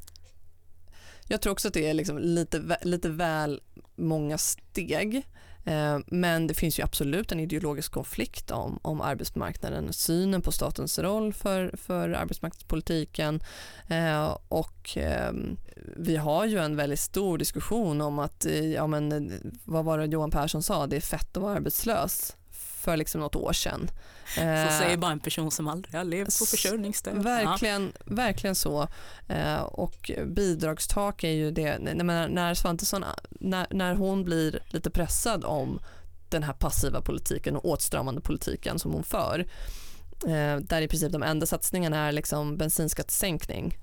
B: Jag tror också att det är liksom lite, lite väl många steg. Men det finns ju absolut en ideologisk konflikt om, om arbetsmarknaden, synen på statens roll för, för arbetsmarknadspolitiken eh, och eh, vi har ju en väldigt stor diskussion om att, ja men vad var det Johan Persson sa, det är fett att vara arbetslös för liksom något år sedan.
A: Så säger bara en person som aldrig har levt på försörjningsstöd.
B: Verkligen, ja. verkligen så. Och bidragstak är ju det, när, när Svantesson, när, när hon blir lite pressad om den här passiva politiken och åtstramande politiken som hon för, där i princip de enda satsningarna är liksom bensinskattesänkning,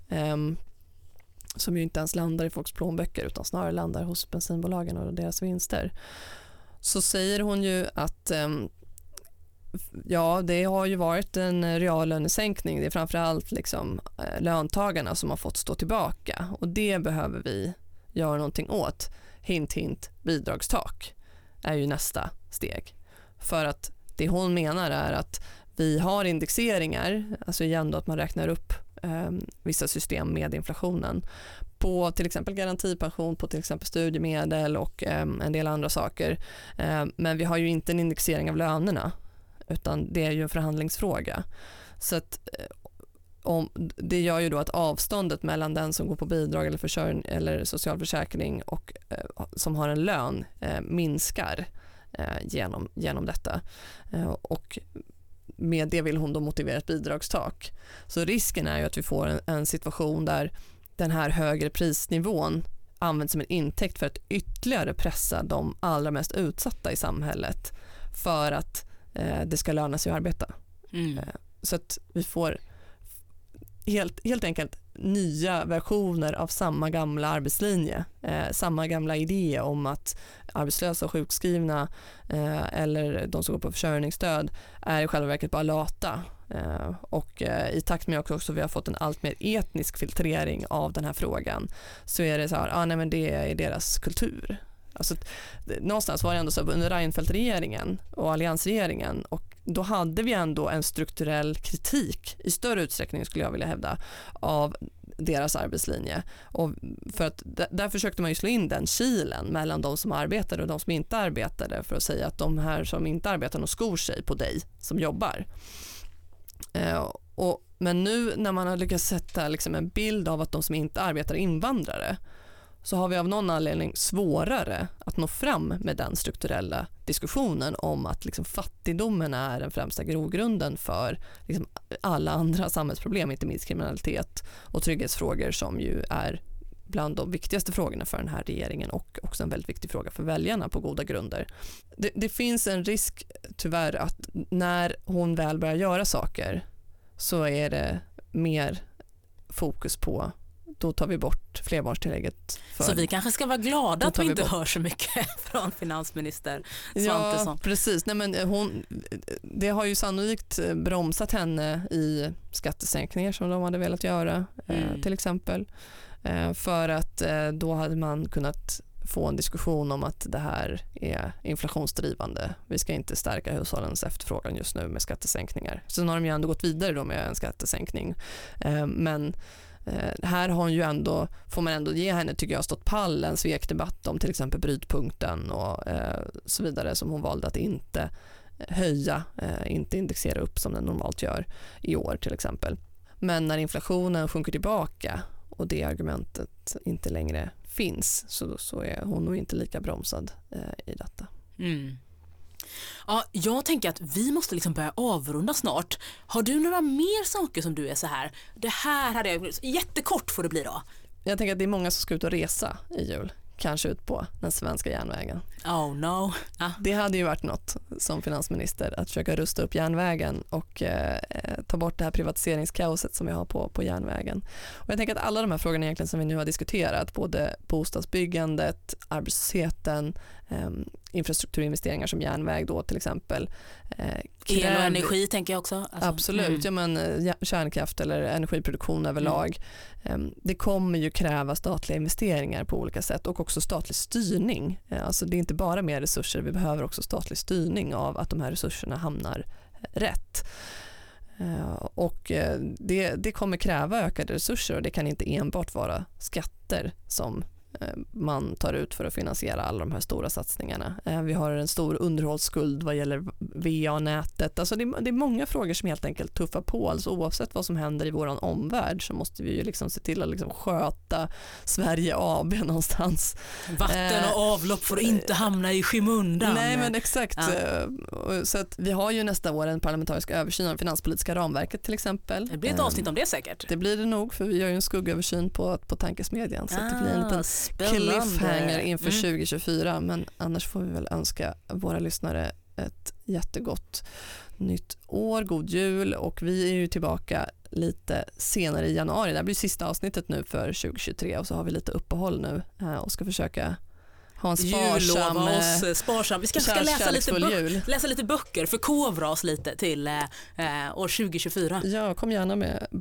B: som ju inte ens landar i folks plånböcker utan snarare landar hos bensinbolagen och deras vinster. Så säger hon ju att ja, det har ju varit en reallönesänkning. Det är framförallt liksom löntagarna som har fått stå tillbaka och det behöver vi göra någonting åt. Hint, hint, bidragstak är ju nästa steg. För att det hon menar är att vi har indexeringar, alltså igen då att man räknar upp eh, vissa system med inflationen. På till exempel garantipension, på till exempel studiemedel och eh, en del andra saker. Eh, men vi har ju inte en indexering av lönerna, utan det är ju en förhandlingsfråga. Så att eh, om, det gör ju då att avståndet mellan den som går på bidrag eller, försörjning, eller socialförsäkring och eh, som har en lön eh, minskar eh, genom, genom detta. Eh, och med det vill hon då motivera ett bidragstak. Så risken är ju att vi får en, en situation där den här högre prisnivån används som en intäkt för att ytterligare pressa de allra mest utsatta i samhället för att eh, det ska löna sig att arbeta. Mm. Eh, så att vi får helt, helt enkelt nya versioner av samma gamla arbetslinje. Eh, samma gamla idé om att arbetslösa och sjukskrivna eh, eller de som går på försörjningsstöd är i själva verket bara lata. Eh, och eh, i takt med också vi har fått en allt mer etnisk filtrering av den här frågan, så är det så här, ah, nej, men det är deras kultur. Alltså, det, någonstans var det ändå så under Reinfeldt-regeringen och alliansregeringen, och då hade vi ändå en strukturell kritik i större utsträckning, skulle jag vilja hävda, av deras arbetslinje. Och för att d- där försökte man ju slå in den kilen mellan de som arbetade och de som inte arbetade, för att säga att de här som inte arbetar och skor sig på dig som jobbar. Eh, och, men nu när man har lyckats sätta liksom en bild av att de som inte arbetar är invandrare, så har vi av någon anledning svårare att nå fram med den strukturella diskussionen om att liksom fattigdomen är den främsta grogrunden för liksom alla andra samhällsproblem, inte minst kriminalitet och trygghetsfrågor, som ju är bland de viktigaste frågorna för den här regeringen och också en väldigt viktig fråga för väljarna på goda grunder. Det, det finns en risk tyvärr att när hon väl börjar göra saker så är det mer fokus på, då tar vi bort flerbarnstillägget. För,
A: så vi kanske ska vara glada att vi, vi inte
B: bort.
A: hör så mycket från finansminister
B: Ja,
A: Svantesson.
B: precis. Nej, men hon, det har ju sannolikt bromsat henne i skattesänkningar som de hade velat göra, mm. eh, till exempel. Eh, för att eh, då hade man kunnat få en diskussion om att det här är inflationsdrivande. Vi ska inte stärka hushållens efterfrågan just nu med skattesänkningar. Sen har de ju ändå gått vidare då med en skattesänkning. Eh, men här har hon ju ändå, får man ändå ge henne, tycker jag, stått pall en svekdebatt om till exempel brytpunkten och eh, så vidare, som hon valde att inte höja, eh, inte indexera upp som den normalt gör i år till exempel. Men när inflationen sjunker tillbaka och det argumentet inte längre finns, så, så är hon nog inte lika bromsad eh, i detta. Mm.
A: Ja, jag tänker att vi måste liksom börja avrunda snart. Har du några mer saker som du är så här, det här hade jag, jättekort får det bli då?
B: Jag tänker att det är många som ska ut och resa i jul. Kanske ut på den svenska järnvägen.
A: Oh no. Ah.
B: Det hade ju varit något som finansminister att försöka rusta upp järnvägen och eh, ta bort det här privatiseringskaoset som vi har på, på järnvägen. Och jag tänker att alla de här frågorna egentligen som vi nu har diskuterat, både bostadsbyggandet, arbetslösheten, eh, infrastrukturinvesteringar som järnväg då till exempel. Eh,
A: El och energi tänker jag också. Alltså,
B: absolut,
A: mm.
B: ja, men, kärnkraft eller energiproduktion överlag. Mm. Eh, det kommer ju kräva statliga investeringar på olika sätt och också statlig styrning. Eh, alltså det är inte bara mer resurser, vi behöver också statlig styrning av att de här resurserna hamnar rätt. Uh, och uh, det, det kommer kräva ökade resurser, och det kan inte enbart vara skatter som uh, man tar ut för att finansiera alla de här stora satsningarna. Uh, vi har en stor underhållsskuld vad gäller V A-nätet. Alltså det, det är många frågor som helt enkelt tuffar på. Alltså oavsett vad som händer i vår omvärld så måste vi ju liksom se till att liksom sköta Sverige A B någonstans.
A: Vatten och avlopp får inte hamna i skymundan.
B: Nej, men exakt. Ja. Så att vi har ju nästa år en parlamentarisk översyn av finanspolitiska ramverket till exempel.
A: Det blir ett avsnitt om det säkert.
B: Det blir det nog, för vi gör ju en skuggöversyn på, på Tankesmedjan. Så ah, att det blir en liten
A: spännande
B: cliffhanger inför
A: mm.
B: tjugo tjugofyra. Men annars får vi väl önska våra lyssnare ett jättegott nytt år, god jul, och vi är ju tillbaka lite senare i januari. Det blir sista avsnittet nu för tjugo tjugotre, och så har vi lite uppehåll nu och ska försöka ha en sparsam,
A: oss, sparsam. Vi ska, ska läsa, lite bö- läsa lite böcker, förkovra oss lite till eh, år tjugo tjugofyra.
B: Ja, kom gärna med bok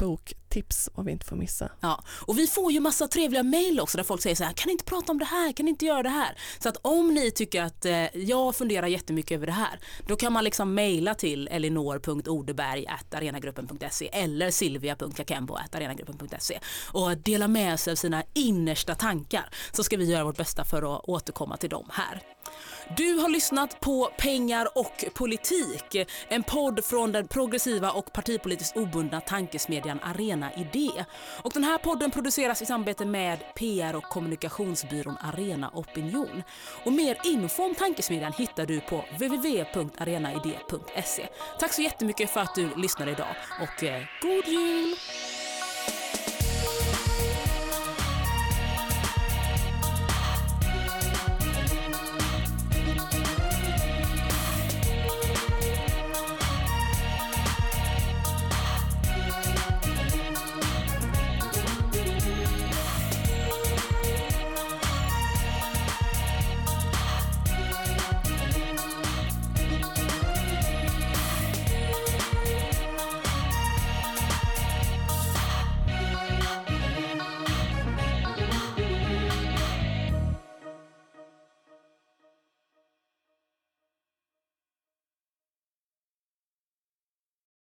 B: tips vad vi inte får missa.
A: Ja, och vi får ju massa trevliga mejl också där folk säger så här, kan ni inte prata om det här, kan ni inte göra det här? Så att om ni tycker att eh, jag funderar jättemycket över det här, då kan man liksom mejla till elinor punkt odeberg at arenagruppen punkt se eller silvia punkt kakembo at arenagruppen punkt se och dela med sig av sina innersta tankar, så ska vi göra vårt bästa för att återkomma till dem här. Du har lyssnat på Pengar och politik, en podd från den progressiva och partipolitiskt obundna tankesmedjan Arena Idé. Och den här podden produceras i samarbete med P R och kommunikationsbyrån Arena Opinion. Och mer info om tankesmedjan hittar du på w w w punkt arenaidé punkt se. Tack så jättemycket för att du lyssnade idag och eh, god jul!